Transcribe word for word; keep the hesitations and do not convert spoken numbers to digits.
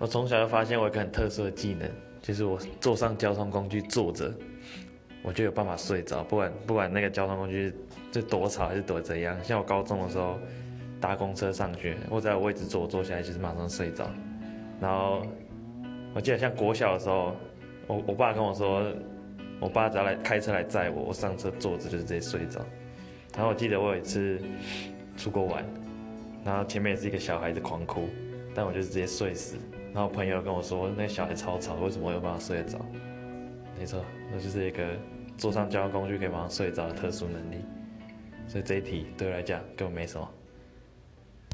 我从小就发现我有一个很特殊的技能，就是我坐上交通工具坐着，我就有办法睡着，不管不管那个交通工具是多吵还是多怎样。像我高中的时候搭公车上学，我只要有位置坐，我坐下来就是马上睡着。然后我记得像国小的时候，我我爸跟我说，我爸只要来开车来载我，我上车坐着就是直接睡着。然后我记得我有一次出国玩，然后前面也是一个小孩子狂哭，但我就是直接睡死。然后朋友跟我说，那个小孩超吵，为什么我有办法睡得着？没错，那就是一个坐上交通工具可以马上睡着的特殊能力。所以这一题对我来讲根本没什么。